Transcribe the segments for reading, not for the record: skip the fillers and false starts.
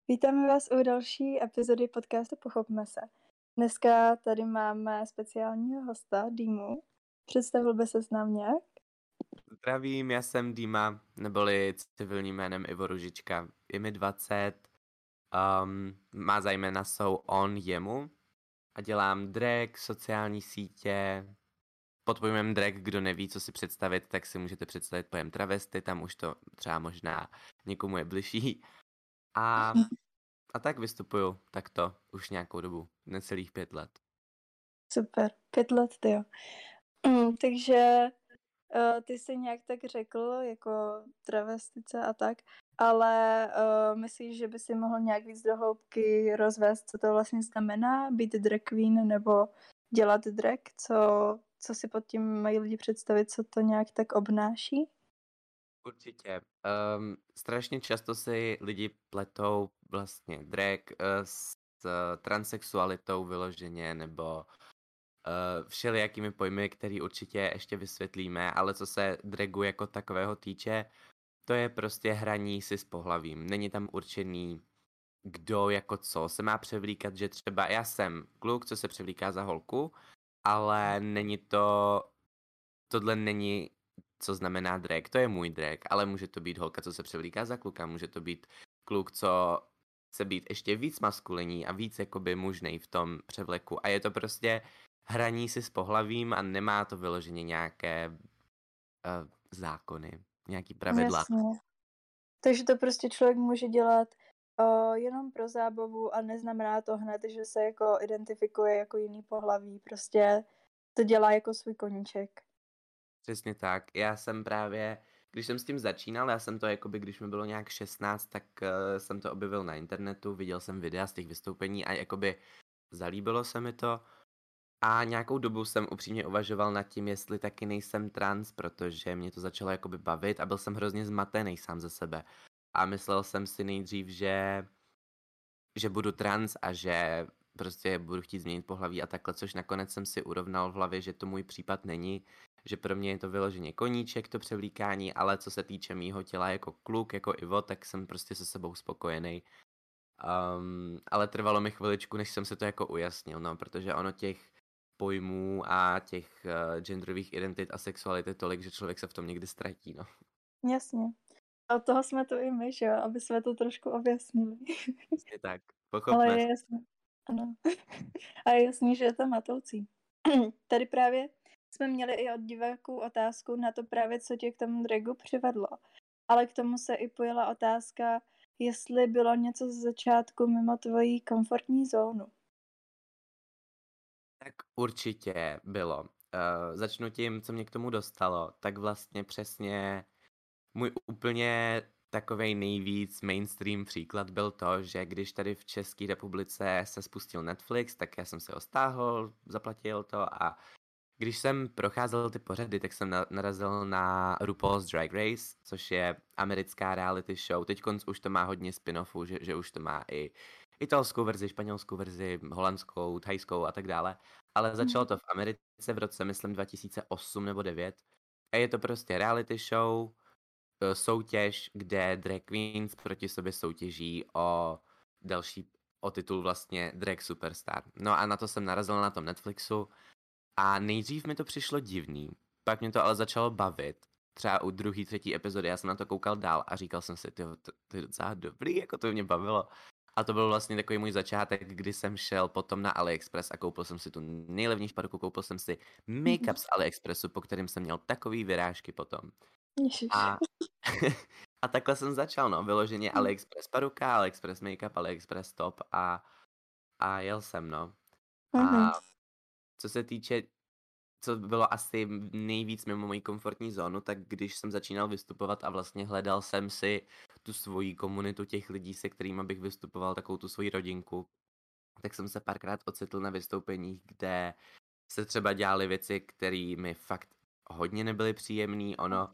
Vítáme vás u další epizody podcastu Pochopme se. Dneska tady máme speciálního hosta, Dýmu. Představil by ses nám nějak? Zdravím, já jsem Dýma, neboli civilním jménem Ivo Ružička. Je mi 20, má zejména jsou on, jemu a dělám drag, sociální sítě. Pod pojmem drag, kdo neví, co si představit, tak si můžete představit pojem travesty, tam už to třeba možná někomu je bližší. A tak vystupuju takto už nějakou dobu, necelých 5 let. Super, 5 let, tyjo. Takže ty jsi nějak tak řekl, jako travestice a tak, ale myslíš, že by si mohl nějak víc do hloubky rozvést, co to vlastně znamená být drag queen nebo dělat drag? Co si pod tím mají lidi představit, co to nějak tak obnáší? Určitě. Strašně často si lidi pletou vlastně drag s transsexualitou vyloženě, nebo všelijakými pojmy, který určitě ještě vysvětlíme, ale co se dragu jako takového týče, to je prostě hraní si s pohlavím. Není tam určený, kdo jako co se má převlíkat, že třeba já jsem kluk, co se převlíká za holku, ale není to, tohle není, co znamená drag, to je můj drag, ale může to být holka, co se převlíká za kluka, může to být kluk, co chce být ještě víc maskulinní a víc jakoby mužnej v tom převleku a je to prostě hraní si s pohlavím a nemá to vyloženě nějaké zákony, nějaký pravidla. Jasně. Takže to prostě člověk může dělat jenom pro zábavu a neznamená to hned, že se jako identifikuje jako jiný pohlaví. Prostě to dělá jako svůj koníček. Přesně tak. Já jsem právě, když jsem s tím začínal, já jsem to jakoby, když mi bylo nějak 16, tak jsem to objevil na internetu, viděl jsem videa z těch vystoupení a jakoby zalíbilo se mi to. A nějakou dobu jsem upřímně uvažoval nad tím, jestli taky nejsem trans, protože mě to začalo jakoby bavit a byl jsem hrozně zmatený sám ze sebe. A myslel jsem si nejdřív, že budu trans a že prostě budu chtít změnit pohlaví a takhle, což nakonec jsem si urovnal v hlavě, že to můj případ není, že pro mě je to vyloženě koníček, to převlíkání, ale co se týče mýho těla jako kluk, jako Ivo, tak jsem prostě se sebou spokojený. Ale trvalo mi chviličku, než jsem se to jako ujasnil, no, protože ono těch pojmů a těch genderových identit a sexuality tolik, že člověk se v tom někdy ztratí, no. Jasně. A od toho jsme tu i my, že jo? Aby jsme to trošku objasnili. Přesně tak, pochopme. Ale je jasný. Ano. A je jasný, že je to matoucí. Tady právě jsme měli i od diváků otázku na to právě, co tě k tomu dragu přivedlo. Ale k tomu se i pojela otázka, jestli bylo něco z začátku mimo tvoji komfortní zónu. Tak určitě bylo. Začnu tím, co mě k tomu dostalo. Tak vlastně přesně můj úplně takovej nejvíc mainstream příklad byl to, že když tady v České republice se spustil Netflix, tak já jsem si ho stáhl, zaplatil to a když jsem procházel ty pořady, tak jsem narazil na RuPaul's Drag Race, což je americká reality show. Teďkonc už to má hodně spin-offů, že už to má i italskou verzi, španělskou verzi, holandskou, thajskou a tak dále. Ale začalo to v Americe v roce, myslím, 2008 nebo 2009. A je to prostě reality show, soutěž, kde drag queens proti sobě soutěží o titul vlastně drag superstar. No a na to jsem narazil na tom Netflixu a nejdřív mi to přišlo divný, pak mě to ale začalo bavit. Třeba u druhé, třetí epizody já jsem na to koukal dál a říkal jsem si, to je docela dobrý, jako to mě bavilo. A to byl vlastně takový můj začátek, kdy jsem šel potom na AliExpress a koupil jsem si tu nejlevnější paruku, koupil jsem si make-up z AliExpressu, po kterým jsem měl takový vyrážky potom. A, a takhle jsem začal, no, vyloženě AliExpress paruka, AliExpress make-up, AliExpress top a jel jsem, no. A co se týče, co bylo asi nejvíc mimo moji komfortní zónu, tak když jsem začínal vystupovat a vlastně hledal jsem si tu svoji komunitu těch lidí, se kterými bych vystupoval, takovou tu svoji rodinku, tak jsem se párkrát ocitl na vystoupeních, kde se třeba dělaly věci, které mi fakt hodně nebyly příjemný. Ono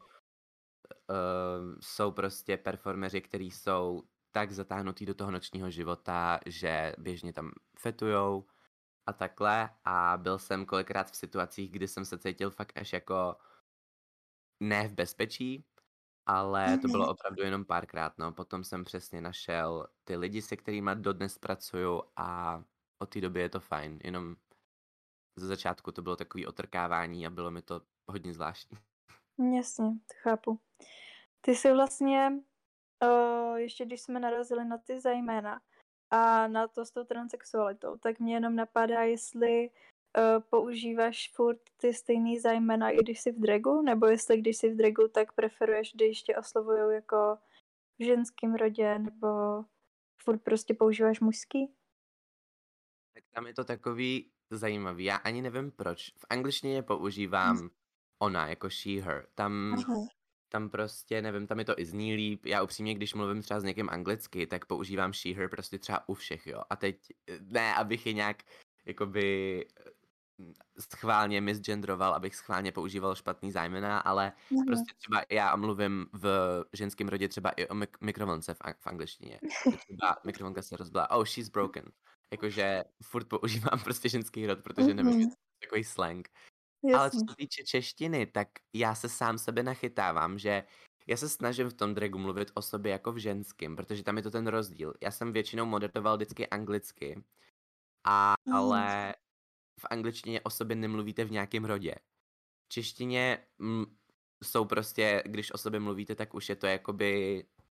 jsou prostě performeři, kteří jsou tak zatáhnutí do toho nočního života, že běžně tam fetujou a takhle. A byl jsem kolikrát v situacích, kdy jsem se cítil fakt až jako ne v bezpečí. ale to bylo opravdu jenom párkrát, no. Potom jsem přesně našel ty lidi, se kterými dodnes pracuju a od té doby je to fajn, jenom ze začátku to bylo takový otrkávání a bylo mi to hodně zvláštní. Jasně, to chápu. Ty jsi vlastně, ještě když jsme narazili na ty zejména a na to s tou transsexualitou, tak mě jenom napadá, jestli používáš furt ty stejný zájmena, i když jsi v dragu, nebo jestli když jsi v dragu, tak preferuješ, když tě oslovujou jako v ženském rodě, nebo furt prostě používáš mužský? Tak tam je to takový zajímavý, já ani nevím proč. V angličtině používám ona, jako she, her. Tam prostě, nevím, tam je to i zní líp. Já upřímně, když mluvím třeba s někým anglicky, tak používám she, her prostě třeba u všech, jo. A teď, ne, abych je nějak, jakoby, schválně misgendroval, abych schválně používal špatný zájmena, ale prostě třeba já mluvím v ženském rodě třeba i o mikrovlnce v angličtině. Že třeba mikrovlnka se rozbila, oh, she's broken. Jakože furt používám prostě ženský rod, protože nevím, je to takový slang. Ale co Jasně. se týče češtiny, tak já se sám sebe nachytávám, že já se snažím v tom dragu mluvit o sobě jako v ženském, protože tam je to ten rozdíl. Já jsem většinou moderoval vždycky anglicky, ale v angličtině o sobě nemluvíte v nějakém rodě. V češtině jsou prostě, když o sobě mluvíte, tak už je to jakoby,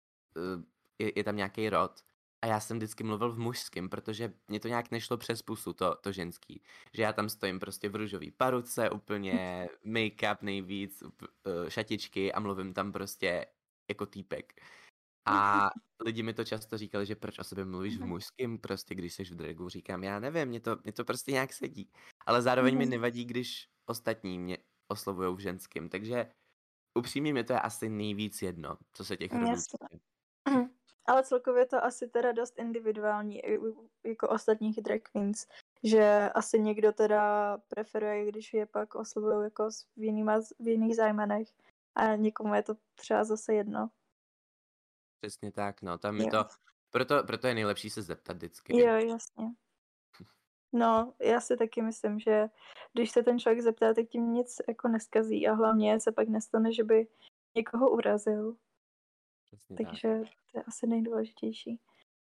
je tam nějaký rod. A já jsem vždycky mluvil v mužském, protože mě to nějak nešlo přes pusu, to ženský. Že já tam stojím prostě v růžový paruce, úplně make-up nejvíc, šatičky a mluvím tam prostě jako týpek. A lidi mi to často říkali, že proč o sobě mluvíš v mužském, prostě když jsi v dragu. Říkám, já nevím, mě to prostě nějak sedí. Ale zároveň mi nevadí, když ostatní mě oslovujou v ženském. Takže upřímně mě to je asi nejvíc jedno, co se těch rodů týče. Ale celkově to asi teda dost individuální i jako ostatních drag queens, že asi někdo teda preferuje, když je pak oslovují jako v jiných zájmenech a někomu je to třeba zase jedno. Přesně tak, no, tam je to, proto je nejlepší se zeptat vždycky. Jo, jasně. No, já si taky myslím, že když se ten člověk zeptá, tak tím nic jako neskazí a hlavně se pak nestane, že by někoho urazil. Přesně Takže tak. to je asi nejdůležitější.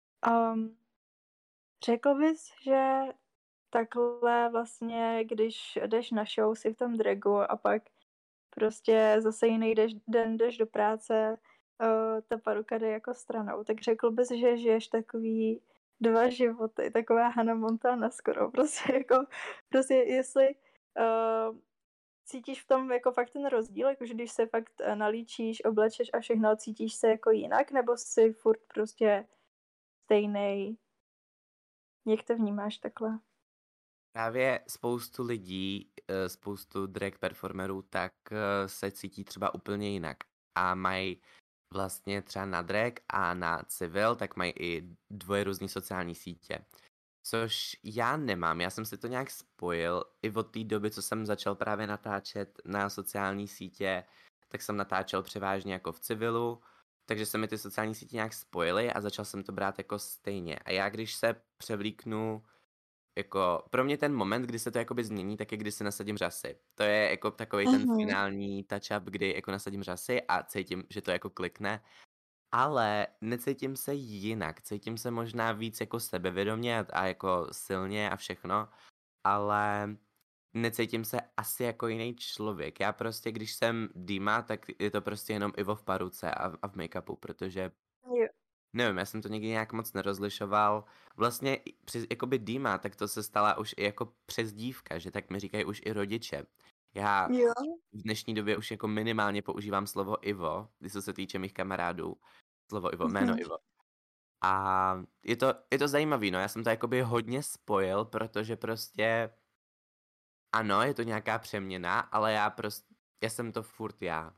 Řekl bys, že takhle vlastně, když jdeš na show, si v tom dragu a pak prostě zase jiný den jdeš do práce, ta paruka jde jako stranou, tak řekl bys, že žiješ takový 2 životy, taková Hannah Montana skoro, prostě jestli cítíš v tom jako fakt ten rozdíl, jakože když se fakt nalíčíš, oblečeš a všechno, cítíš se jako jinak, nebo si furt prostě stejnej? Jak to vnímáš takhle? Právě spoustu lidí, spoustu drag performerů, tak se cítí třeba úplně jinak. A mají vlastně třeba na drag a na civil, tak mají i 2 různé sociální sítě. Což já nemám, já jsem si to nějak spojil i od té doby, co jsem začal právě natáčet na sociální sítě, tak jsem natáčel převážně jako v civilu, takže se mi ty sociální sítě nějak spojily a začal jsem to brát jako stejně. A já když se převlíknu, jako pro mě ten moment, kdy se to jakoby změní, tak je, kdy si nasadím řasy. To je jako takový ten finální touch-up, kdy jako nasadím řasy a cítím, že to jako klikne. Ale necítím se jinak, cítím se možná víc jako sebevědomě a jako silně a všechno, ale necítím se asi jako jiný člověk. Já prostě, když jsem Dima, tak je to prostě jenom Ivo v paruce a v make-upu, protože Jo. nevím, já jsem to nikdy nějak moc nerozlišoval. Vlastně přes jakoby Dima, tak to se stala už i jako přezdívka, že tak mi říkají už i rodiče. Já Jo. v dnešní době už jako minimálně používám slovo Ivo, když se týče mých kamarádů. Slovo Ivo, jméno Ivo. A je to zajímavý, no, já jsem to jakoby hodně spojil, protože prostě ano, je to nějaká přeměna, ale já jsem to furt já.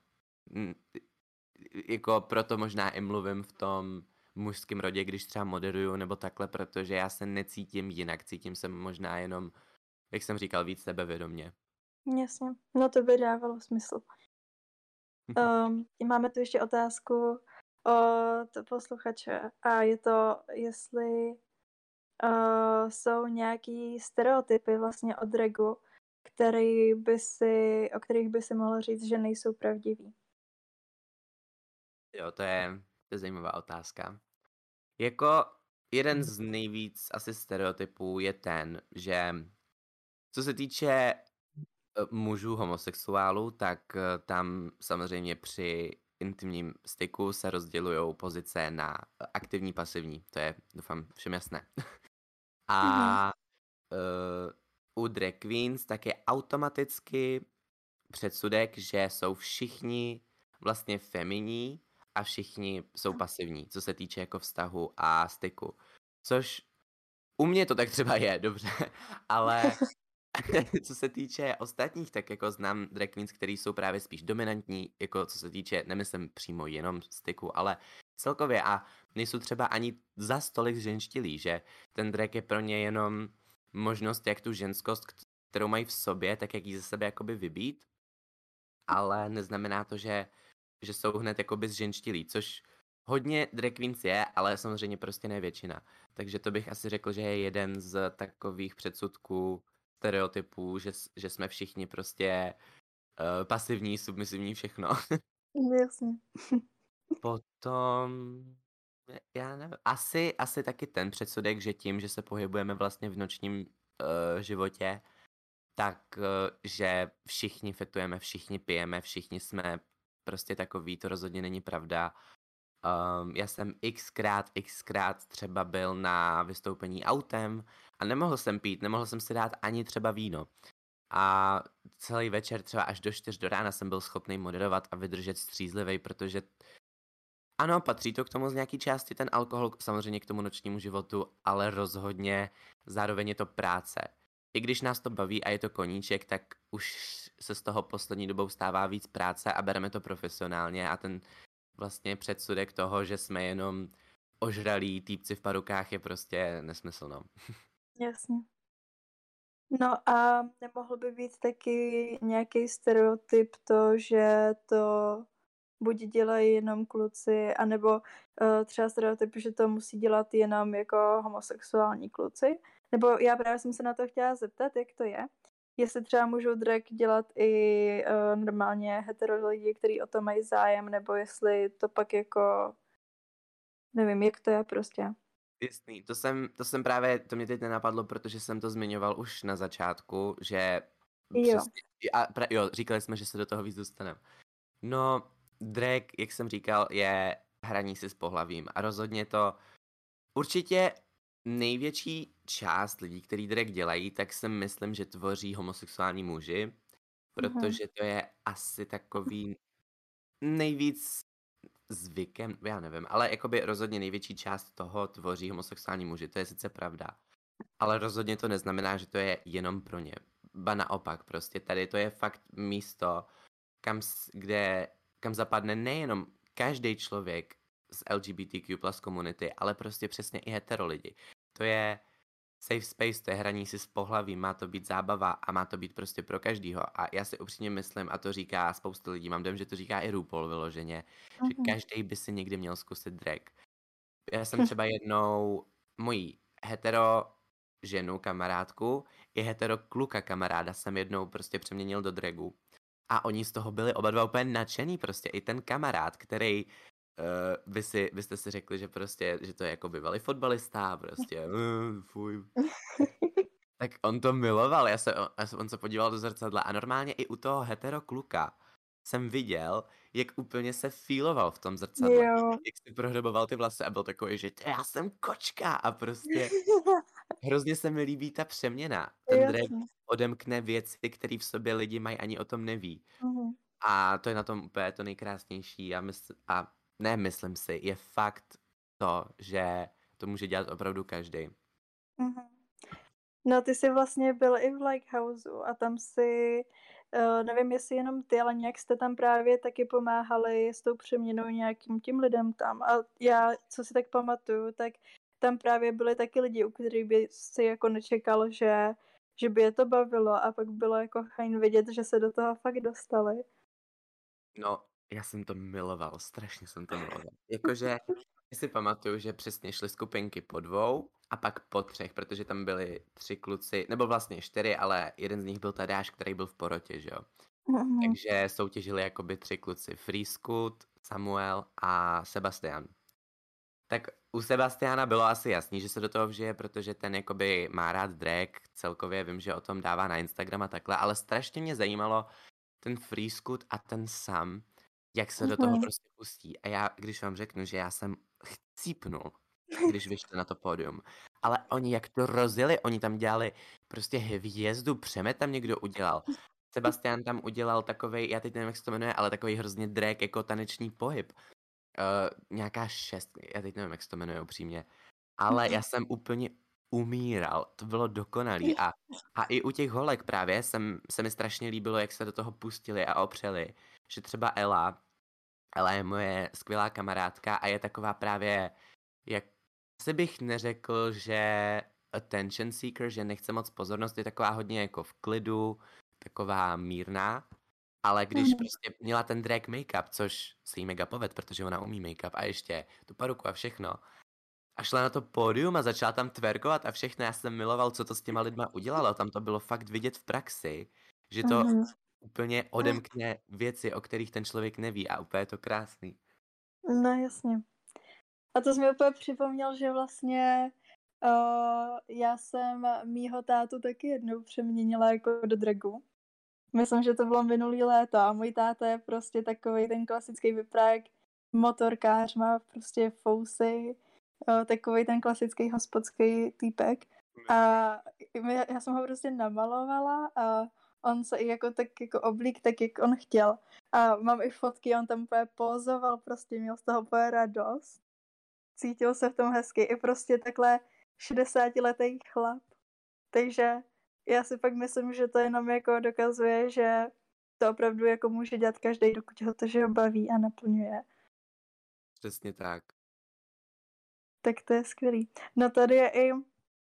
Jako proto možná i mluvím v tom mužském rodě, když třeba moderuju nebo takhle, protože já se necítím jinak, cítím se možná jenom, jak jsem říkal, víc sebevědomě. Jasně, no to by dávalo smysl. Máme tu ještě otázku od posluchače a je to, jestli jsou nějaký stereotypy vlastně o dragu, o kterých by si mohl říct, že nejsou pravdivý. Jo, to je zajímavá otázka. Jako jeden z nejvíc asi stereotypů je ten, že co se týče mužů homosexuálů, tak tam samozřejmě při intimním styku se rozdělují pozice na aktivní, pasivní. To je, doufám, všem jasné. Mhm. A u drag queens tak je automaticky předsudek, že jsou všichni vlastně feminní a všichni jsou pasivní, co se týče jako vztahu a styku. Což u mě to tak třeba je, dobře, ale co se týče ostatních, tak jako znám drag queens, který jsou právě spíš dominantní, jako co se týče, nemyslím přímo jenom styku, ale celkově a nejsou třeba ani za stolik ženštilí, že ten drag je pro ně jenom možnost, jak tu ženskost, kterou mají v sobě, tak jak ji ze sebe jakoby vybít, ale neznamená to, že jsou hned jakoby zženštilí, což hodně drag queens je, ale samozřejmě prostě ne většina. Takže to bych asi řekl, že je jeden z takových předsudků, stereotypů, že jsme všichni prostě pasivní, submisivní, všechno. Jasně. Potom, já nevím, asi taky ten předsudek, že tím, že se pohybujeme vlastně v nočním životě, tak, že všichni fetujeme, všichni pijeme, všichni jsme prostě takový, to rozhodně není pravda. Já jsem xkrát třeba byl na vystoupení autem a nemohl jsem pít, nemohl jsem si dát ani třeba víno. A celý večer, třeba až do 4 do rána jsem byl schopný moderovat a vydržet střízlivej, protože ano, patří to k tomu z nějaký části ten alkohol, samozřejmě k tomu nočnímu životu, ale rozhodně zároveň je to práce. I když nás to baví a je to koníček, tak už se z toho poslední dobou stává víc práce a bereme to profesionálně a ten vlastně předsudek toho, že jsme jenom ožralí týpci v parukách je prostě nesmysl, no. Jasně. No a nemohl by být taky nějaký stereotyp to, že to buď dělají jenom kluci, anebo třeba stereotyp, že to musí dělat jenom jako homosexuální kluci. Nebo já právě jsem se na to chtěla zeptat, jak to je. Jestli třeba můžou drag dělat i normálně hetero lidi, kteří o to mají zájem, nebo jestli to pak jako nevím, jak to je prostě. Jasný, to jsem právě, to mě teď nenapadlo, protože jsem to zmiňoval už na začátku, že Jo. přesně, jo, říkali jsme, že se do toho víc dostaneme. No, drag, jak jsem říkal, je hraní si s pohlavím a rozhodně to určitě největší část lidí, který drag dělají, tak si myslím, že tvoří homosexuální muži, protože to je asi takový nejvíc zvykem, já nevím, ale jakoby rozhodně největší část toho tvoří homosexuální muži, to je sice pravda, ale rozhodně to neznamená, že to je jenom pro ně. Ba naopak, prostě tady to je fakt místo, kam zapadne nejenom každý člověk z LGBTQ plus komunity, ale prostě přesně i hetero lidi. To je safe space, to je hraní si s pohlavím, má to být zábava a má to být prostě pro každýho. A já si upřímně myslím, a to říká spousta lidí, mám dojem, že to říká i RuPaul vyloženě, že každý by si někdy měl zkusit drag. Já jsem třeba jednou mojí hetero ženu, kamarádku, i hetero kluka kamaráda jsem jednou prostě přeměnil do dragu. A oni z toho byli oba dva úplně nadšený, prostě i ten kamarád, který byste si řekli, že prostě, že to je jako bývalý fotbalista, prostě, fuj. Tak on to miloval, on se podíval do zrcadla a normálně i u toho hetero kluka jsem viděl, jak úplně se fíloval v tom zrcadle. Jo. Jak si prohraboval ty vlasy a byl takový, že já jsem kočka a prostě hrozně se mi líbí ta přeměna. Ten drag Jasně. odemkne věci, které v sobě lidi mají, ani o tom neví. Mhm. A to je na tom úplně to nejkrásnější a myslím si, je fakt to, že to může dělat opravdu každý. Mhm. No ty jsi vlastně byl i v Lighthouseu a tam si, nevím jestli jenom ty, ale nějak jste tam právě taky pomáhali s tou přeměnou nějakým tím lidem tam a já, co si tak pamatuju, tak tam právě byli taky lidi, u kterých by si jako nečekal, že by je to bavilo a pak bylo jako fajn vidět, že se do toho fakt dostali. No, já jsem to miloval, strašně jsem to miloval. Jakože, já si pamatuju, že přesně šly skupinky po 2 a pak po 3, protože tam byli 3 kluci, nebo vlastně 4, ale jeden z nich byl Tadáš, který byl v porotě, že jo. Mhm. Takže soutěžili jakoby 3 kluci Free Scoot, Samuel a Sebastian. Tak u Sebastiana bylo asi jasný, že se do toho vžije, protože ten jakoby má rád drag, celkově vím, že o tom dává na Instagram a takhle, ale strašně mě zajímalo ten Freescoot a ten Sam, jak se do toho prostě pustí. A já, když vám řeknu, že já jsem chcípnul, když vyšli na to pódium. Ale oni jak to rozjeli, oni tam dělali prostě hvězdu, přemet tam někdo udělal. Sebastian tam udělal takovej, já teď nevím, jak se to jmenuje, ale takový hrozně drag jako taneční pohyb. Nějaká já teď nevím, jak se to jmenuje upřímně. Ale já jsem úplně umíral, to bylo dokonalý. A i u těch holek právě se mi strašně líbilo, jak se do toho pustili a opřeli. Že třeba Ela je moje skvělá kamarádka a je taková právě, jak si bych neřekl, že attention seeker, že nechce moc pozornost, je taková hodně jako v klidu, taková mírná, ale když prostě měla ten drag make-up, což se jí mega poved, protože ona umí make-up a ještě tu paruku a všechno, a šla na to pódium a začala tam twerkovat a všechno, já jsem miloval, co to s těma lidma udělalo, tam to bylo fakt vidět v praxi, že to úplně odemkne věci, o kterých ten člověk neví a úplně je to krásný. No jasně. A to jsi mi úplně připomněl, že vlastně já jsem mýho tátu taky jednou přeměnila jako do dragu. Myslím, že to bylo minulý léto a můj táta je prostě takový ten klasický vyprák, motorkář, má prostě fousy, takový ten klasický hospodský týpek. A já jsem ho prostě namalovala a on se i jako tak jako oblík, tak jak on chtěl. A mám i fotky, on tam úplně pózoval, prostě měl z toho úplně radost. Cítil se v tom hezky. I prostě takhle 60letý chlap. Takže já si pak myslím, že to jenom jako dokazuje, že to opravdu jako může dělat každý, dokud ho to, že ho baví a naplňuje. Přesně tak. Tak to je skvělý. No tady je i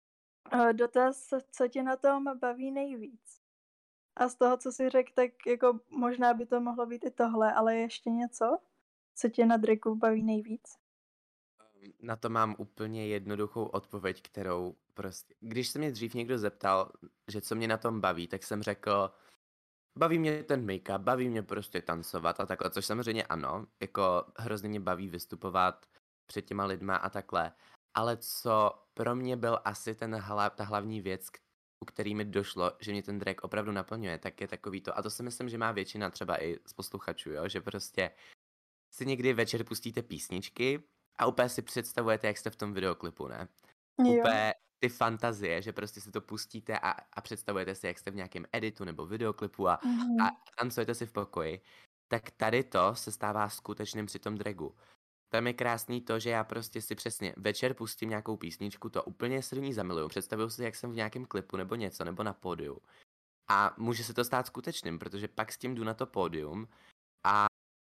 dotaz, co tě na tom baví nejvíc. A z toho, co jsi řekl, tak jako možná by to mohlo být i tohle, ale ještě něco, co tě na dragu baví nejvíc? Na to mám úplně jednoduchou odpověď, kterou prostě... Když se mě dřív někdo zeptal, že co mě na tom baví, tak jsem řekl, baví mě ten make-up, baví mě prostě tancovat a takhle, což samozřejmě ano, jako hrozně mě baví vystupovat před těma lidma a takhle. Ale co pro mě byl asi ta hlavní věc, u který mi došlo, že mě ten drag opravdu naplňuje, tak je takový to, a to si myslím, že má většina třeba i z posluchačů, jo, že prostě si někdy večer pustíte písničky a úplně si představujete, jak jste v tom videoklipu, ne? Jo. Úplně ty fantazie, že prostě si to pustíte a představujete si, jak jste v nějakém editu nebo videoklipu a tancujete si v pokoji, tak tady to se stává skutečným při tom dragu. Tam je krásný to, že já prostě si přesně večer pustím nějakou písničku, to úplně se do ní zamiluju, představuju si, jak jsem v nějakém klipu nebo něco, nebo na pódiu. A může se to stát skutečným, protože pak s tím jdu na to pódium a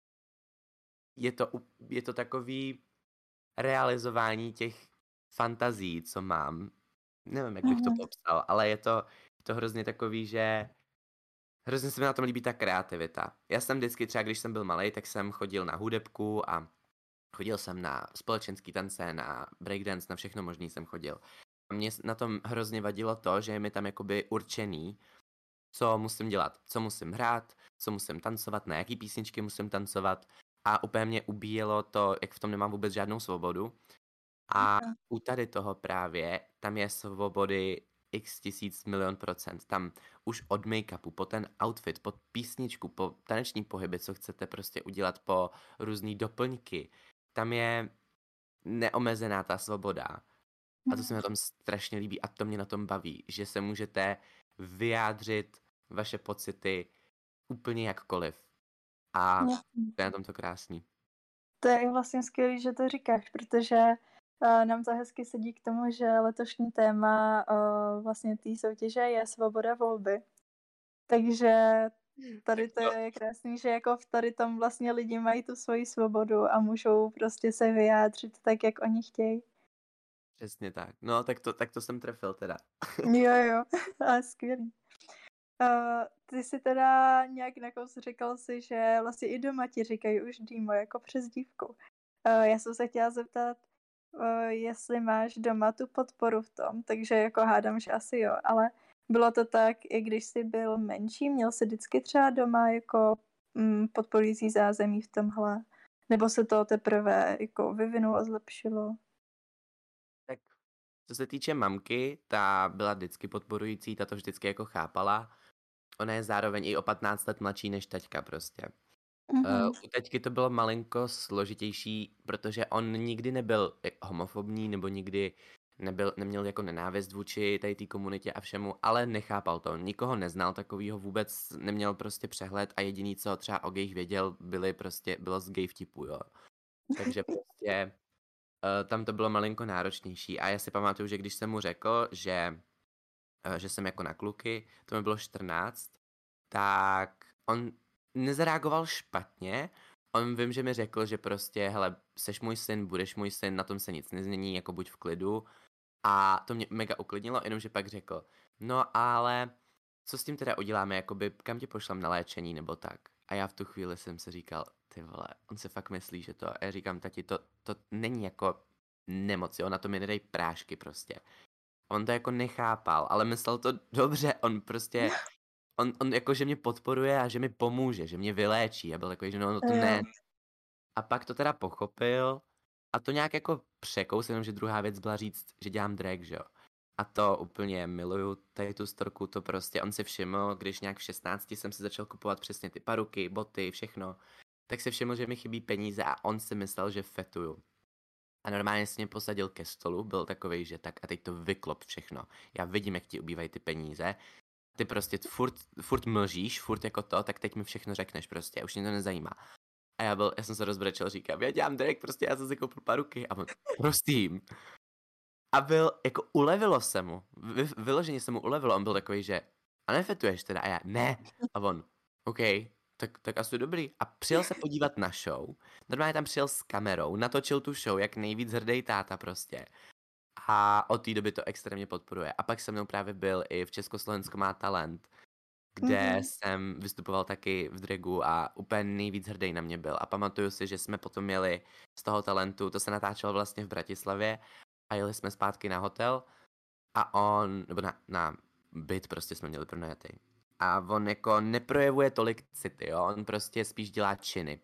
je to takový realizování těch fantazí, co mám. Nevím, jak bych to popsal, ale je to hrozně takový, že hrozně se mi na tom líbí ta kreativita. Já jsem vždycky třeba, když jsem byl malej, tak jsem chodil na hudebku a chodil jsem na společenský tance, na breakdance, na všechno možný jsem chodil. A mě na tom hrozně vadilo to, že je mi tam jakoby určený, co musím dělat, co musím hrát, co musím tancovat, na jaký písničky musím tancovat. A úplně mě ubíjelo to, jak v tom nemám vůbec žádnou svobodu. A u tady toho právě, tam je svobody x tisíc milion procent. Tam už od make-upu, po ten outfit, po písničku, po taneční pohyby, co chcete prostě udělat, po různý doplňky. Tam je neomezená ta svoboda. A to se mi na tom strašně líbí a to mě na tom baví, že se můžete vyjádřit vaše pocity úplně jakkoliv. A to je na tom to krásný. To je vlastně skvělý, že to říkáš, protože nám to hezky sedí k tomu, že letošní téma vlastně té soutěže je svoboda volby. Takže tady to je krásný, že jako v tady tom vlastně lidi mají tu svoji svobodu a můžou prostě se vyjádřit tak, jak oni chtějí. Přesně tak. No, tak to jsem trefil teda. Jo, ale skvělý. Ty si teda nějak nakous říkal si, že vlastně i doma ti říkají už Dýmo jako přezdívku. Já jsem se chtěla zeptat, jestli máš doma tu podporu v tom, takže jako hádám, že asi jo, ale bylo to tak, i když jsi byl menší, měl jsi vždycky třeba doma jako podporující zázemí v tomhle, Nebo se to teprve jako vyvinulo a zlepšilo? Tak co se týče mamky, ta byla vždycky podporující, ta to vždycky jako chápala. Ona je zároveň i o 15 let mladší než teďka prostě. Mhm. U teďky to bylo malinko složitější, protože on nikdy nebyl homofobní nebo nikdy neměl jako nenávist vůči tady té komunitě a všemu, ale nechápal to. Nikoho neznal takovýho, vůbec neměl prostě přehled a jediný, co třeba o gejch věděl, bylo z gay vtipu, jo. Takže prostě tam to bylo malinko náročnější a já si pamatuju, že když jsem mu řekl, že jsem jako na kluky, to mi bylo 14, tak on nezareagoval špatně. On vím, že mi řekl, že prostě, hele, seš můj syn, budeš můj syn, na tom se nic nezmění, jako buď v klidu. A to mě mega uklidnilo, jenomže pak řekl, no ale co s tím teda uděláme, jakoby kam tě pošlem na léčení nebo tak. A já v tu chvíli jsem si říkal, ty vole, on se fakt myslí, že to, a já říkám, tati, to není jako nemoc, jo, na to mi nedej prášky prostě. On to jako nechápal, ale myslel to dobře, on prostě, on jako, že mě podporuje a že mi pomůže, že mě vyléčí a byl takový, že no to ne. A pak to teda pochopil a to nějak jako překous, jenomže druhá věc byla říct, že dělám drag, že jo. A to úplně miluju, tady tu storku, to prostě, on si všiml, když nějak v 16 jsem si začal kupovat přesně ty paruky, boty, všechno, tak si všiml, že mi chybí peníze a on si myslel, že fetuju. A normálně si mě posadil ke stolu, byl takovej, že tak a teď to vyklop všechno. Já vidím, jak ti ubývají ty peníze. Ty prostě furt mlžíš, furt jako to, tak teď mi všechno řekneš prostě, už mě to nezajímá. A já jsem se rozbrečel, říkám, já dělám drag, prostě já jsem si koupil paruky a on, prostým. A jako ulevilo se mu, vyloženě se mu ulevilo, on byl takový, že a nefetuješ teda a já, ne. A on, OK, tak asi dobrý. A přijel se podívat na show, normálně tam přijel s kamerou, natočil tu show, jak nejvíc hrdý táta prostě. A od té doby to extrémně podporuje. A pak se mnou právě byl i v Československu má talent, kde jsem vystupoval taky v dragu a úplně nejvíc hrdý na mě byl. A pamatuju si, že jsme potom jeli z toho talentu, to se natáčelo vlastně v Bratislavě a jeli jsme zpátky na hotel a on, nebo na byt prostě jsme měli pronajatý. A on jako neprojevuje tolik city, jo, on prostě spíš dělá činy.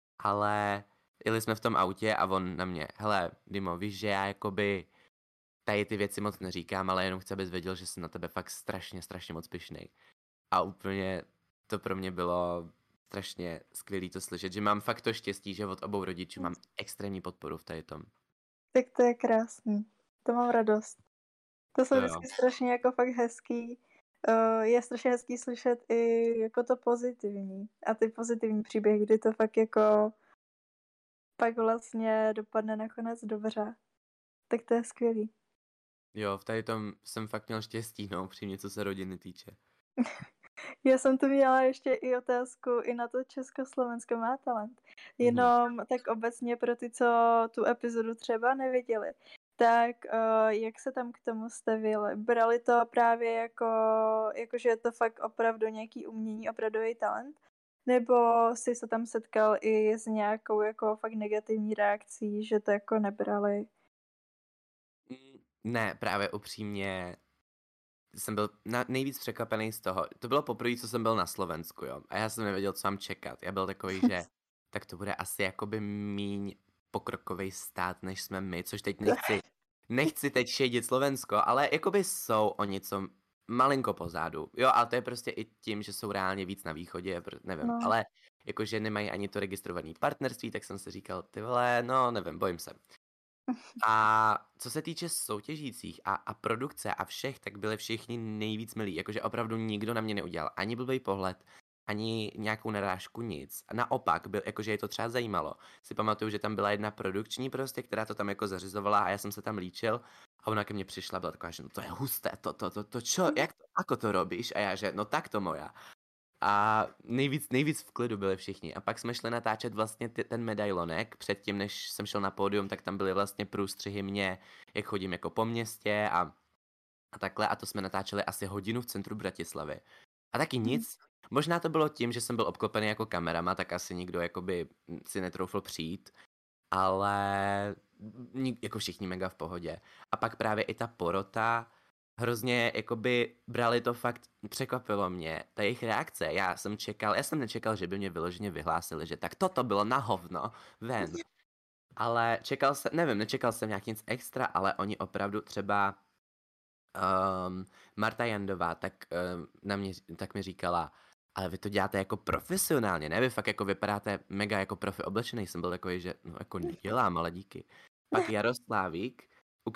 Ale jeli jsme v tom autě a on na mě, hele, Dimo, víš, že já jakoby tady ty věci moc neříkám, ale jenom chci, abys věděl, že jsem na tebe fakt strašně moc pyšnej. A úplně to pro mě bylo strašně skvělý to slyšet, že mám fakt to štěstí, že od obou rodičů mám extrémní podporu v tady tom. Tak to je krásný. To mám radost. To jsou To jo. vždycky strašně jako fakt hezký. Je strašně hezký slyšet i jako to pozitivní. A ty pozitivní příběhy, kdy to fakt jako pak vlastně dopadne nakonec dobře. Tak to je skvělý. Jo, v tady tom jsem fakt měl štěstí, no, upřímně, co se rodiny týče. Já jsem tu měla ještě i otázku i na to Československo má talent. Jenom tak obecně pro ty, co tu epizodu třeba neviděli. Tak jak se tam k tomu stavili? Brali to právě jako že je to fakt opravdu nějaký umění, opravdový talent? Nebo jsi se tam setkal i s nějakou jako fakt negativní reakcí, že to jako nebrali? Ne, právě upřímně jsem byl nejvíc překvapený z toho. To bylo poprvé, co jsem byl na Slovensku, jo. A já jsem nevěděl, co mám čekat. Já byl takový, že tak to bude asi jakoby míň pokrokový stát, než jsme my, což teď nechci teď šejdit Slovensko, ale jakoby jsou o něco malinko pozadu. Jo, ale to je prostě i tím, že jsou reálně víc na východě, nevím, No. ale jakože nemají ani to registrované partnerství, tak jsem si říkal, ty vole, no nevím, bojím se. A co se týče soutěžících a produkce a všech, tak byli všichni nejvíc milí. Jakože opravdu nikdo na mě neudělal ani blbý pohled, ani nějakou narážku, nic. A naopak, jakože je to třeba zajímalo. Si pamatuju, že tam byla jedna produkční prostě, která to tam jako zařizovala a já jsem se tam líčil a ona ke mně přišla, byla taková, že no to je husté, to čo, ako to robíš? A já, že no tak to moja. A nejvíc v klidu byli všichni. A pak jsme šli natáčet vlastně ten medailonek. Předtím, než jsem šel na pódium, tak tam byly vlastně průstřihy mě, jak chodím jako po městě a takhle. A to jsme natáčeli asi hodinu v centru Bratislavy. A taky nic. Možná to bylo tím, že jsem byl obklopený jako kamerama, tak asi nikdo jakoby si netroufl přijít. Ale jako všichni mega v pohodě. A pak právě i ta porota, hrozně jakoby brali to fakt, překvapilo mě, ta jejich reakce. Já jsem nečekal, že by mě vyloženě vyhlásili, že tak toto bylo na hovno, ven. Ale nečekal jsem nějak nic extra, ale oni opravdu třeba Marta Jandová tak mi říkala, ale vy to děláte jako profesionálně, ne? Vy fakt jako vypadáte mega jako profi oblečený. Jsem byl takový, že no jako nedělám, ale díky. Pak Jaroslávík,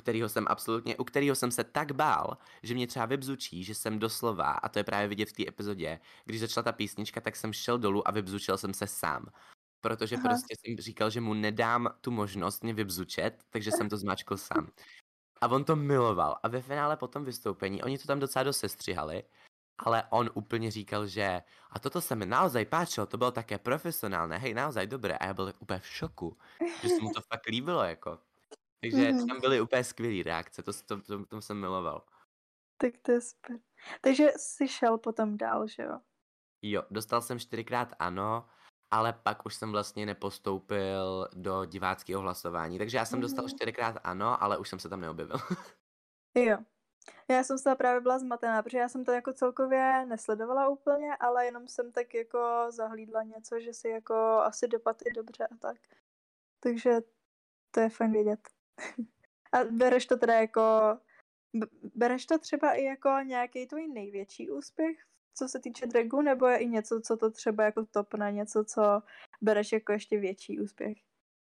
u kterého jsem se tak bál, že mě třeba vybzučí, že jsem doslova, a to je právě vidět v té epizodě, když začala ta písnička, tak jsem šel dolů a vybzučil jsem se sám. Protože Aha. prostě jsem říkal, že mu nedám tu možnost mě vybzučet, takže jsem to zmáčkl sám. A on to miloval. A ve finále po tom vystoupení, oni to tam docela dost sestřihali, ale on úplně říkal, že a toto se mi naozaj páčilo, to bylo také profesionálne, hej, naozaj dobré. A já byl úplně v šoku, že se mu to fakt líbilo, jako. Takže tam byly úplně skvělý reakce, to jsem miloval. Tak to je super. Takže jsi šel potom dál, že jo? Jo, dostal jsem 4x ano, ale pak už jsem vlastně nepostoupil do diváckého hlasování, takže já jsem dostal 4x ano, ale už jsem se tam neobjevil. Jo. Já jsem z toho právě byla zmatená, protože já jsem to jako celkově nesledovala úplně, ale jenom jsem tak jako zahlídla něco, že si jako asi dopadly dobře a tak. Takže to je fajn vědět. A bereš to teda jako... Bereš to třeba i jako nějaký tvůj největší úspěch, co se týče dragu, nebo je i něco, co to třeba jako topne, něco, co bereš jako ještě větší úspěch?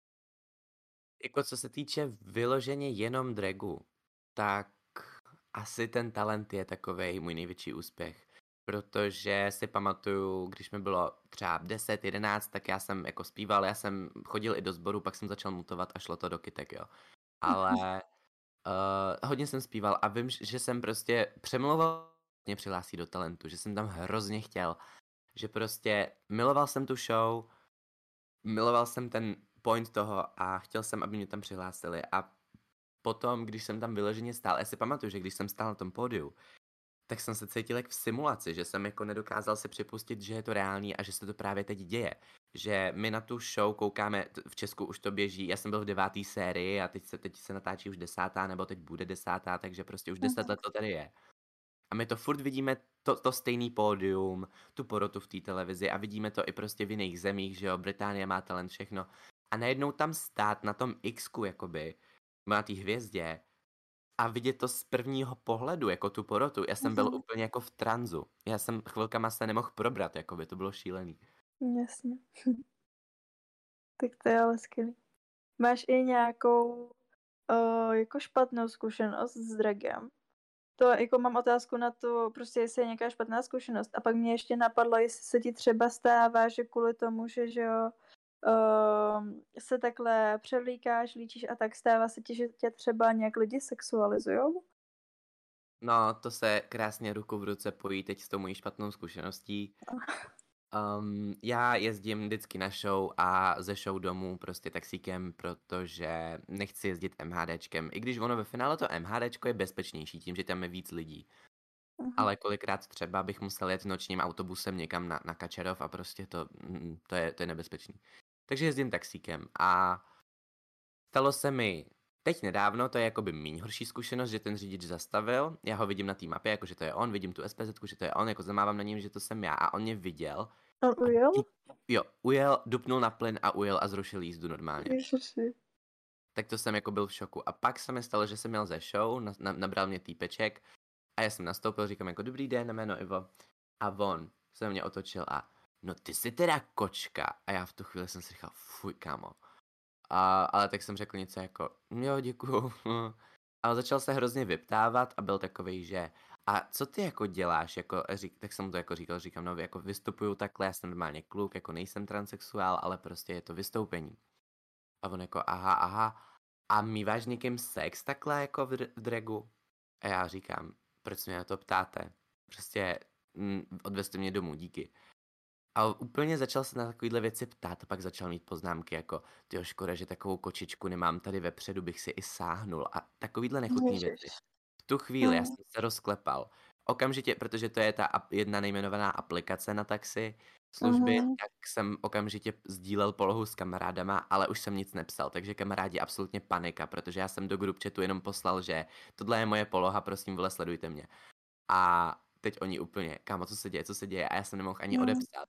Jako co se týče vyloženě jenom dragu, tak asi ten talent je takovej můj největší úspěch. Protože si pamatuju, když mi bylo třeba 10, 11, tak já jsem jako zpíval, já jsem chodil i do sboru, pak jsem začal mutovat a šlo to do kytek, jo. Ale hodně jsem zpíval a vím, že jsem prostě přemlouval mě přihlásí do talentu, že jsem tam hrozně chtěl. Že prostě miloval jsem tu show, miloval jsem ten point toho a chtěl jsem, aby mě tam přihlásili. A potom, když jsem tam vyloženě stál, já si pamatuju, že když jsem stál na tom pódiu, tak jsem se cítil jak v simulaci, že jsem jako nedokázal si připustit, že je to reálný a že se to právě teď děje. Že my na tu show koukáme, v Česku už to běží, já jsem byl v 9. sérii a teď se natáčí už 10. nebo teď bude 10. takže prostě už 10 let to tady je. A my to furt vidíme, to stejný pódium, tu porotu v té televizi a vidíme to i prostě v jiných zemích, že jo, Británie má talent, všechno. A najednou tam stát na tom X-ku, jakoby, na té hvězdě a vidět to z prvního pohledu, jako tu porotu. Já jsem byl úplně jako v tranzu. Já jsem chvilkama se nemohl probrat, jakoby, to bylo šílený. Jasně. Tak to je ale skvělý. Máš i nějakou jako špatnou zkušenost s dragem? To jako mám otázku na to, prostě jestli je nějaká špatná zkušenost. A pak mě ještě napadlo, jestli se ti třeba stává, že kvůli tomu, že jo, se takhle převlíkáš, líčíš a tak stává se ti, že tě třeba nějak lidi sexualizujou? No, to se krásně ruku v ruce pojí teď s tou mojí špatnou zkušeností. Já jezdím vždycky na show a ze show domů prostě taxíkem, protože nechci jezdit MHDčkem. I když ono ve finále to MHDčko je bezpečnější tím, že tam je víc lidí. Ale kolikrát třeba bych musel jet nočním autobusem někam na Kačerov a prostě to je nebezpečný. Takže jezdím taxíkem a stalo se mi teď nedávno, to je jakoby míň horší zkušenost, že ten řidič zastavil, já ho vidím na té mapě, jakože to je on, vidím tu SPZ, že to je on, jako zamávám na něm, že to jsem já a on mě viděl. On ujel? Jo, ujel, dupnul na plyn a ujel a zrušil jízdu normálně. Ježiši. Tak to jsem jako byl v šoku. A pak se mi stalo, že jsem měl ze show, nabral mě týpeček a já jsem nastoupil, říkám jako dobrý den, jméno Ivo. A on se na mě otočil a no ty jsi teda kočka. A já v tu chvíli jsem si říkal, fuj kámo. Ale tak jsem řekl něco jako, jo děkuju. Ale začal se hrozně vyptávat a byl takovej, že a co ty jako děláš, jako, tak jsem mu to jako říkám, no jako vystupuju takhle, já jsem normálně kluk, jako nejsem transsexuál, ale prostě je to vystoupení. A on jako aha, a míváš někým sex takhle jako v dragu? A já říkám, proč se mě na to ptáte? Prostě odvezte mě domů, díky. A úplně začal se na takovýhle věci ptát a pak začal mít poznámky jako tyjo, škoda, že takovou kočičku nemám tady vepředu, bych si i sáhnul a takovýhle nechutný věci. V tu chvíli já jsem se rozklepal. okamžitě, protože to je ta jedna nejmenovaná aplikace na taxi služby, tak jsem okamžitě sdílel polohu s kamarádama, ale už jsem nic nepsal, takže kamarádi absolutně panika, protože já jsem do group chatu jenom poslal, že tohle je moje poloha, prosím, vole, sledujte mě. A teď oni úplně, kámo, co se děje? A já jsem nemohl ani odepsat.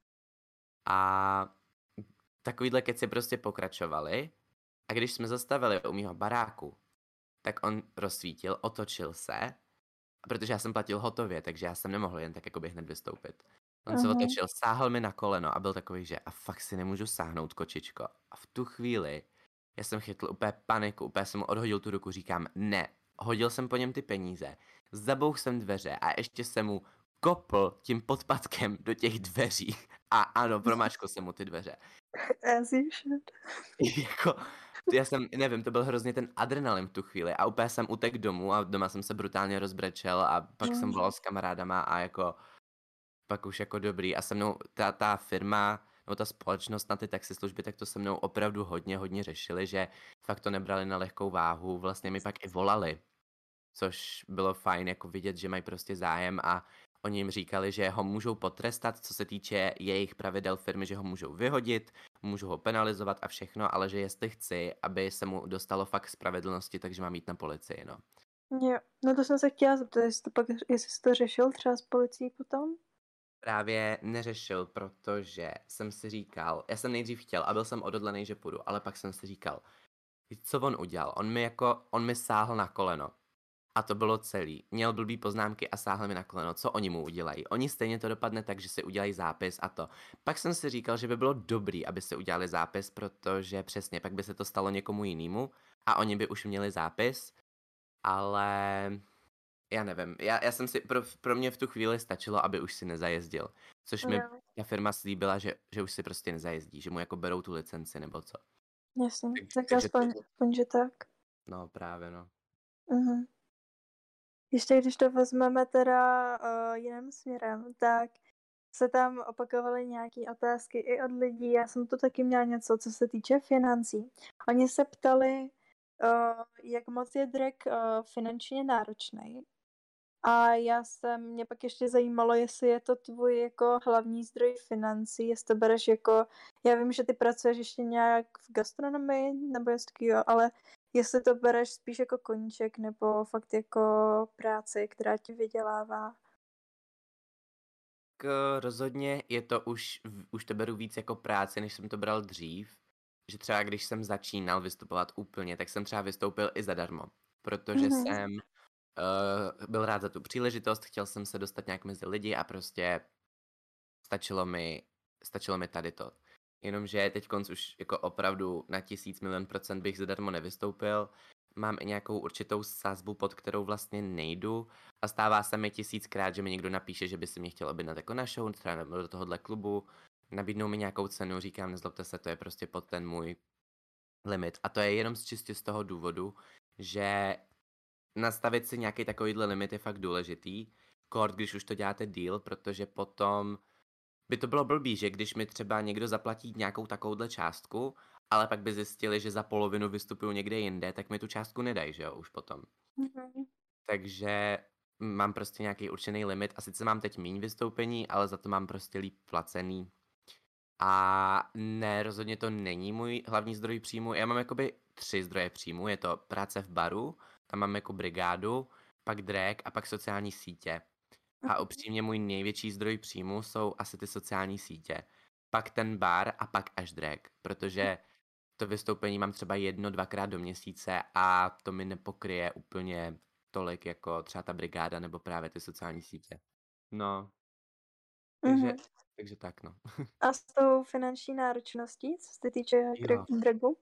A takovýhle keci prostě pokračovali. A když jsme zastavili u mýho baráku, tak on rozsvítil, otočil se, protože já jsem platil hotově, takže já jsem nemohl jen tak jakoby hned vystoupit. On se otočil, sáhl mi na koleno a byl takový, že a fakt si nemůžu sáhnout, kočičko. A v tu chvíli já jsem chytl úplně paniku, úplně jsem mu odhodil tu ruku, říkám ne. Hodil jsem po něm ty peníze, zabouch jsem dveře a ještě jsem mu kopl tím podpatkem do těch dveří. A ano, promáčkl jsem mu ty dveře. As you should. Jako, já jsem, nevím, to byl hrozně ten adrenalin v tu chvíli a úplně jsem utekl domů a doma jsem se brutálně rozbrečel a pak jsem volal s kamarádama a jako pak už jako dobrý a se mnou ta firma nebo ta společnost na ty taxislužby, tak to se mnou opravdu hodně řešili, že fakt to nebrali na lehkou váhu, vlastně mi pak i volali, což bylo fajn jako vidět, že mají prostě zájem a oni jim říkali, že ho můžou potrestat, co se týče jejich pravidel firmy, že ho můžou vyhodit, můžou ho penalizovat a všechno, ale že jestli chci, aby se mu dostalo fakt spravedlnosti, takže mám jít na policii, no. Jo, no to jsem se chtěla zeptat, jestli jsi to řešil třeba s policií potom? Právě neřešil, protože jsem si říkal, já jsem nejdřív chtěl a byl jsem odhodlaný, že půjdu, ale pak jsem si říkal, co on udělal? On mi sáhl na koleno. A to bylo celý. Měl blbý poznámky a sáhl mi na koleno. Co oni mu udělají? Oni stejně to dopadne tak, že si udělají zápis a to. Pak jsem si říkal, že by bylo dobrý, aby si udělali zápis, protože přesně pak by se to stalo někomu jinému a oni by už měli zápis, ale já nevím. Já jsem si, pro mě v tu chvíli stačilo, aby už si nezajezdil. Což mi ta firma slíbila, že už si prostě nezajezdí, že mu jako berou tu licenci nebo co. Jasně, tak aspoň, že tak. No právě, no. Ještě když to vezmeme teda jiným směrem, tak se tam opakovaly nějaké otázky i od lidí. Já jsem tu taky měla něco, co se týče financí. Oni se ptali, jak moc je drag finančně náročný. A mě pak ještě zajímalo, jestli je to tvůj jako hlavní zdroj financí, jestli to bereš jako, já vím, že ty pracuješ ještě nějak v gastronomii, nebo jestli jo, ale jestli to bereš spíš jako koníček, nebo fakt jako práci, která ti vydělává. Rozhodně je to už to beru víc jako práci, než jsem to bral dřív. Že třeba když jsem začínal vystupovat úplně, tak jsem třeba vystoupil i zadarmo. Protože jsem byl rád za tu příležitost, chtěl jsem se dostat nějak mezi lidi a prostě stačilo mi tady to. Jenomže teď už jako opravdu na 1000 000 000 % bych zadarmo nevystoupil. Mám i nějakou určitou sazbu, pod kterou vlastně nejdu a stává se mi 1000krát, že mi někdo napíše, že by si mě chtěl objednat jako na show, třeba do tohohle klubu, nabídnou mi nějakou cenu, říkám, nezlobte se, to je prostě pod ten můj limit. A to je jenom čistě z toho důvodu, že nastavit si nějaký takovýhle limit je fakt důležitý, kort, když už to děláte deal, protože potom by to bylo blbý, že když mi třeba někdo zaplatí nějakou takovouhle částku, ale pak by zjistili, že za polovinu vystupuju někde jinde, tak mi tu částku nedají, že jo, už potom. Takže mám prostě nějaký určený limit a sice mám teď míň vystoupení, ale za to mám prostě líp placený. A ne, rozhodně to není můj hlavní zdroj příjmu. Já mám jakoby 3 zdroje příjmu. Je to práce v baru, tam mám jako brigádu, pak drag a pak sociální sítě. A upřímně můj největší zdroj příjmu jsou asi ty sociální sítě. Pak ten bar a pak až drag, protože to vystoupení mám třeba 1-2krát do měsíce a to mi nepokryje úplně tolik jako třeba ta brigáda nebo právě ty sociální sítě. No. Takže tak, no. A s tou finanční náročností, co se týče dragu?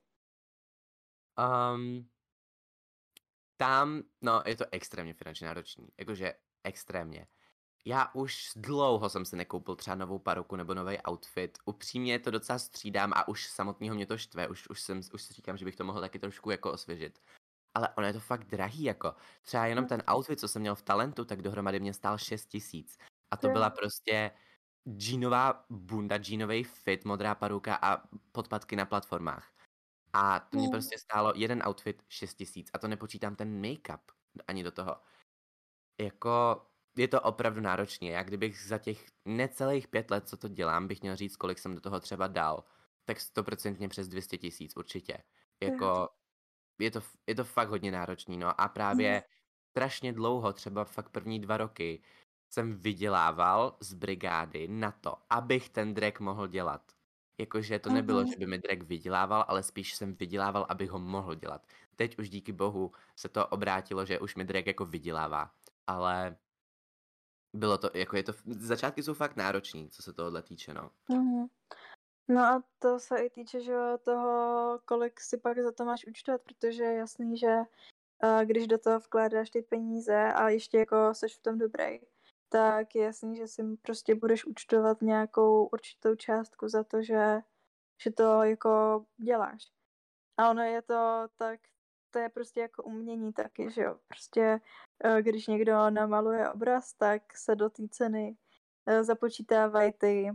Tam, no, je to extrémně finančně náročný, jakože extrémně. Já už dlouho jsem si nekoupil třeba novou paruku nebo nový outfit. Upřímně to docela střídám a už samotného mě to štve. Už si říkám, že bych to mohl taky trošku jako osvěžit. Ale ono je to fakt drahý, jako. Třeba jenom ten outfit, co jsem měl v Talentu, tak dohromady mě stál 6 000. A to byla prostě džínová bunda, džínový fit, modrá paruka a podpatky na platformách. A to mě prostě stálo jeden outfit 6 000 a to nepočítám ten make-up ani do toho. Jako je to opravdu náročné. Já kdybych za těch necelých 5 let, co to dělám, bych měl říct, kolik jsem do toho třeba dal, tak 100% přes 200 000 určitě. Jo. Jako, je to fakt hodně náročný, no a Mhm. právě strašně dlouho, třeba fakt první 2 roky, jsem vydělával z brigády na to, abych ten drag mohl dělat. Jakože to nebylo, Mhm. že by mi drag vydělával, ale spíš jsem vydělával, abych ho mohl dělat. Teď už díky bohu se to obrátilo, že už mi drag jako vydělává. Ale bylo to, jako je to, začátky jsou fakt náročný, co se tohohle týče, no. Mhm. No a to se i týče, že jo, toho, kolik si pak za to máš účtovat, protože je jasný, že když do toho vkládáš ty peníze a ještě jako seš v tom dobrý, tak je jasný, že si prostě budeš účtovat nějakou určitou částku za to, že to jako děláš. A ono je to tak, to je prostě jako umění taky, že jo. Prostě když někdo namaluje obraz, tak se do té ceny započítávají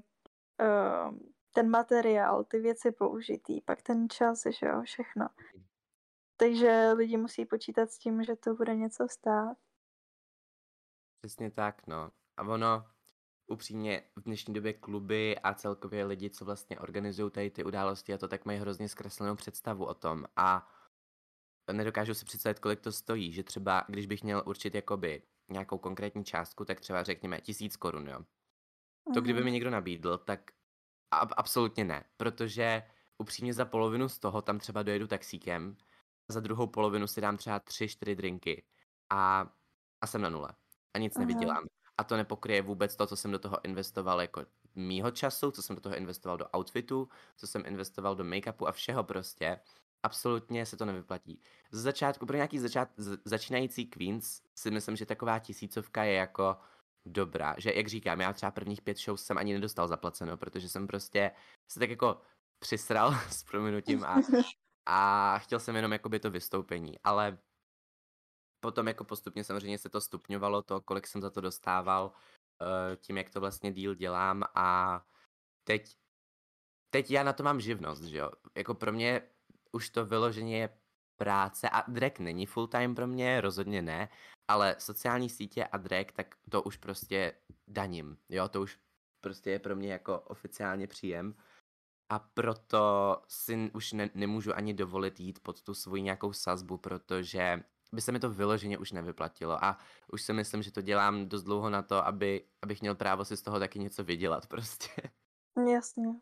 ten materiál, ty věci použitý, pak ten čas, že jo, všechno. Takže lidi musí počítat s tím, že to bude něco stát. Přesně tak, no. A ono, upřímně, v dnešní době kluby a celkově lidi, co vlastně organizují tady ty události a to, tak mají hrozně zkreslenou představu o tom a nedokážu si představit, kolik to stojí, že třeba, když bych měl určit jakoby nějakou konkrétní částku, tak třeba řekněme 1000 korun, jo. To kdyby mi někdo nabídl, tak absolutně ne, protože upřímně za polovinu z toho tam třeba dojedu taxíkem, a za druhou polovinu si dám třeba 3-4 drinky a jsem na nule a nic nevydělám. A to nepokryje vůbec to, co jsem do toho investoval jako mýho času, co jsem do toho investoval do outfitu, co jsem investoval do make-upu a všeho prostě. Absolutně se to nevyplatí. Z začátku, pro nějaký začínající Queens si myslím, že taková 1000 je jako dobrá. Že jak říkám, já třeba prvních 5 show jsem ani nedostal zaplaceno, protože jsem prostě se tak jako přisral s prominutím a chtěl jsem jenom jakoby to vystoupení, ale potom jako postupně samozřejmě se to stupňovalo, to, kolik jsem za to dostával, tím, jak to vlastně díl dělám a teď já na to mám živnost, že jo. Jako pro mě už to vyloženě je práce a drag není full time pro mě, rozhodně ne, ale sociální sítě a drag, tak to už prostě daním, jo, to už prostě je pro mě jako oficiálně příjem a proto si už nemůžu ani dovolit jít pod tu svoji nějakou sazbu, protože by se mi to vyloženě už nevyplatilo a už si myslím, že to dělám dost dlouho na to, abych měl právo si z toho taky něco vydělat prostě. Jasně.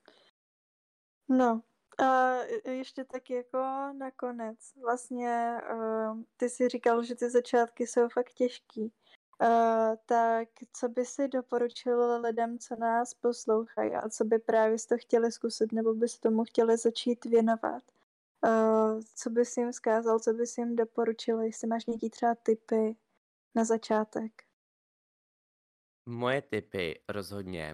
No, a ještě tak jako nakonec. Vlastně ty si říkal, že ty začátky jsou fakt těžký. Tak co by si doporučil lidem, co nás poslouchají a co by právě to chtěli zkusit nebo by se tomu chtěli začít věnovat? Co bys jim vzkázal, co bys jim doporučil, jestli máš nějaký třeba tipy na začátek? Moje tipy rozhodně.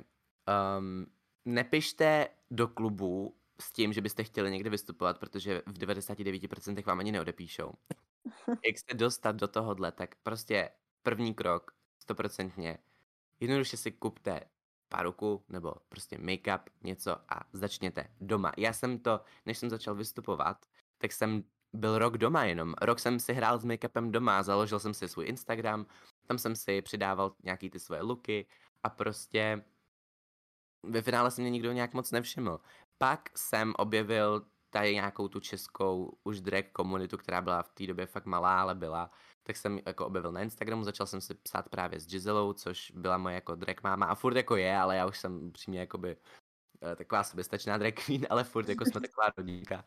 Nepište do klubu s tím, že byste chtěli někde vystupovat, protože v 99% vám ani neodepíšou. Jak se dostat do tohohle, tak prostě první krok, 100%. Jednoduše si kupte paruku nebo prostě make-up, něco a začněte doma. Já jsem to, než jsem začal vystupovat, tak jsem byl rok doma jenom. Rok jsem si hrál s make-upem doma, založil jsem si svůj Instagram, tam jsem si přidával nějaký ty svoje looky a prostě ve finále se mě nikdo nějak moc nevšiml. Pak jsem objevil tady nějakou tu českou už drag komunitu, která byla v té době fakt malá, ale byla. Tak jsem jako objevil na Instagramu, začal jsem si psát právě s Giselou, což byla moje jako drag máma a furt jako je, ale já už jsem přímě jakoby taková soběstačná drag queen, ale furt jako jsme taková rodinka.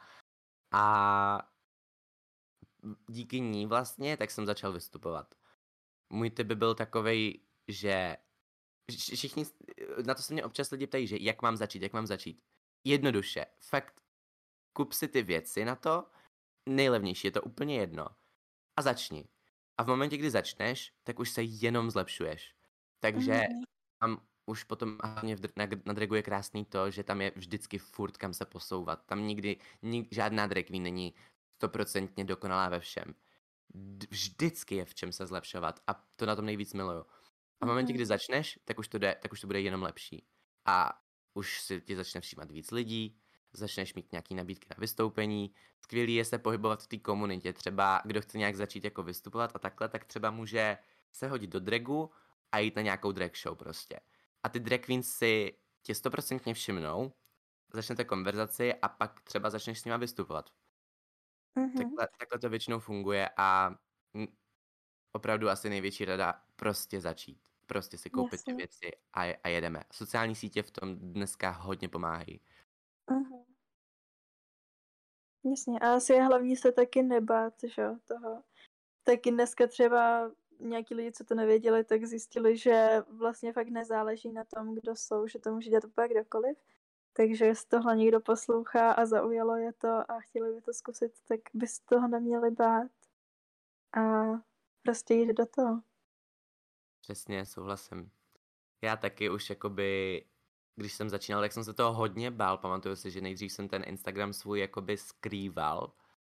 A díky ní vlastně, tak jsem začal vystupovat. Můj tip by byl takovej, že všichni, na to se mě občas lidi ptají, že jak mám začít. Jednoduše, fakt, kup si ty věci na to, nejlevnější, je to úplně jedno. A začni. A v momentě, kdy začneš, tak už se jenom zlepšuješ. Takže tam už potom hlavně na dragu je krásný to, že tam je vždycky furt kam se posouvat. Tam nikdy žádná drag queen není 100% dokonalá ve všem. Vždycky je v čem se zlepšovat a to na tom nejvíc miluju. A v momentě, kdy začneš, tak už to bude jenom lepší. A už si ti začne všímat víc lidí, začneš mít nějaký nabídky na vystoupení. Skvělý je se pohybovat v té komunitě. Třeba kdo chce nějak začít jako vystupovat a takhle, tak třeba může se hodit do dragu, a jít na nějakou drag show prostě. A ty drag queens si tě 100% všimnou, začnete konverzaci a pak třeba začneš s nima vystupovat. Mhm. Takhle to většinou funguje a opravdu asi největší rada prostě začít. Prostě si koupit ty Jasně. věci a jedeme. Sociální sítě v tom dneska hodně pomáhají. Mhm. Jasně, a asi je hlavní se taky nebát, že jo, toho. Taky dneska třeba nějaký lidi, co to nevěděli, tak zjistili, že vlastně fakt nezáleží na tom, kdo jsou, že to může dělat úplně kdokoliv. Takže jestli tohle někdo poslouchá a zaujalo je to a chtěli by to zkusit, tak by z toho neměli bát. A prostě jít do toho. Přesně, souhlasím. Já taky už jakoby, když jsem začínal, tak jsem se toho hodně bál. Pamatuju si, že nejdřív jsem ten Instagram svůj jakoby skrýval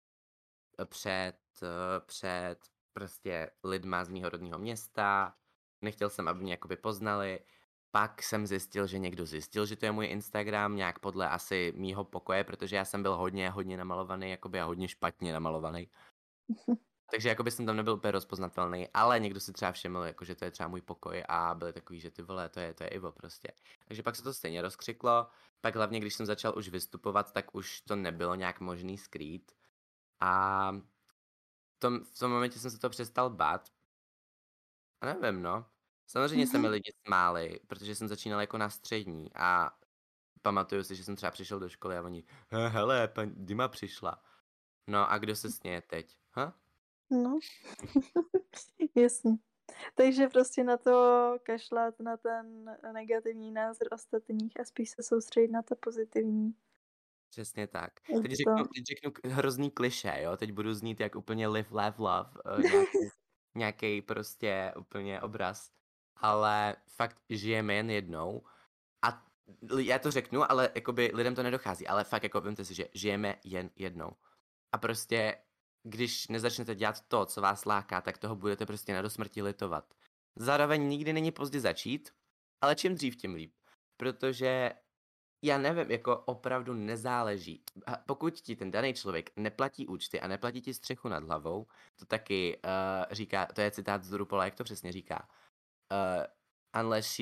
před prostě lidma z mýho rodného města. Nechtěl jsem, aby mě jakoby poznali. Pak jsem zjistil, že někdo zjistil, že to je můj Instagram, nějak podle asi mýho pokoje, protože já jsem byl hodně namalovaný, jakoby a hodně špatně namalovaný. Takže jakoby jsem tam nebyl úplně rozpoznatelný, ale někdo si třeba všiml, jako, že to je třeba můj pokoj a byli takový, že ty vole, to je Ivo prostě. Takže pak se to stejně rozkřiklo, pak hlavně, když jsem začal už vystupovat, tak už to nebylo nějak možný skrýt. A v tom momentě jsem se to přestal bát. A nevím, no. Samozřejmě se mi lidi smáli, protože jsem začínal jako na střední a pamatuju si, že jsem třeba přišel do školy a oni, hele, Dima přišla. No a kdo se směje teď? No, jasně. Takže prostě na to kašlat, na ten negativní názor ostatních a spíš se soustředit na to pozitivní. Přesně tak. Je Teď to. řeknu hrozný klišé, jo? Teď budu znít jak úplně live, laugh, love, nějaký prostě úplně obraz. Ale fakt žijeme jen jednou a já to řeknu, ale jakoby lidem to nedochází, ale fakt jako vemte si, že žijeme jen jednou. A prostě, když nezačnete dělat to, co vás láká, tak toho budete prostě na dosmrti litovat. Zároveň nikdy není pozdě začít, ale čím dřív, tím líp. Protože já nevím, jako opravdu nezáleží. A pokud ti ten daný člověk neplatí účty a neplatí ti střechu nad hlavou, to taky říká, to je citát z RuPaula, jak to přesně říká. Unless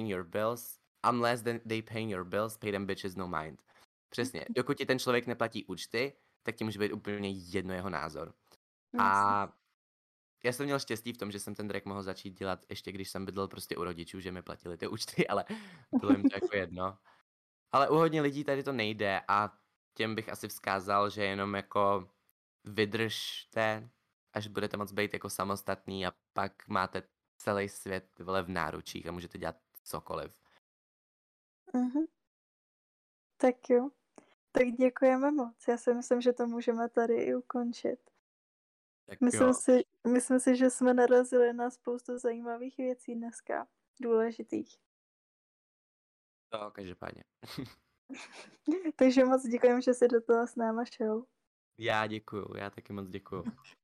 they paying your bills, pay them bitches no mind. Přesně, dokud ti ten člověk neplatí účty, tak ti může být úplně jedno jeho názor. A já jsem měl štěstí v tom, že jsem ten drag mohl začít dělat ještě když jsem bydlel prostě u rodičů, že mi platili ty účty, ale bylo jim to jako jedno. Ale u hodně lidí tady to nejde a těm bych asi vzkázal, že jenom jako vydržte, až budete moc být jako samostatný a pak máte celý svět vole v náručích a můžete dělat cokoliv. Tak jo. Tak děkujeme moc. Já si myslím, že to můžeme tady i ukončit. Tak Myslím si, že jsme narazili na spoustu zajímavých věcí dneska. Důležitých. To každopádně. Takže moc děkujeme, že jsi do toho s náma šel. Já děkuju, já taky moc děkuju.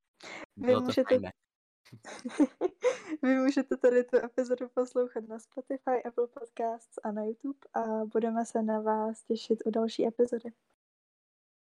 Vy můžete tady tu epizodu poslouchat na Spotify, Apple Podcasts a na YouTube a budeme se na vás těšit u další epizody.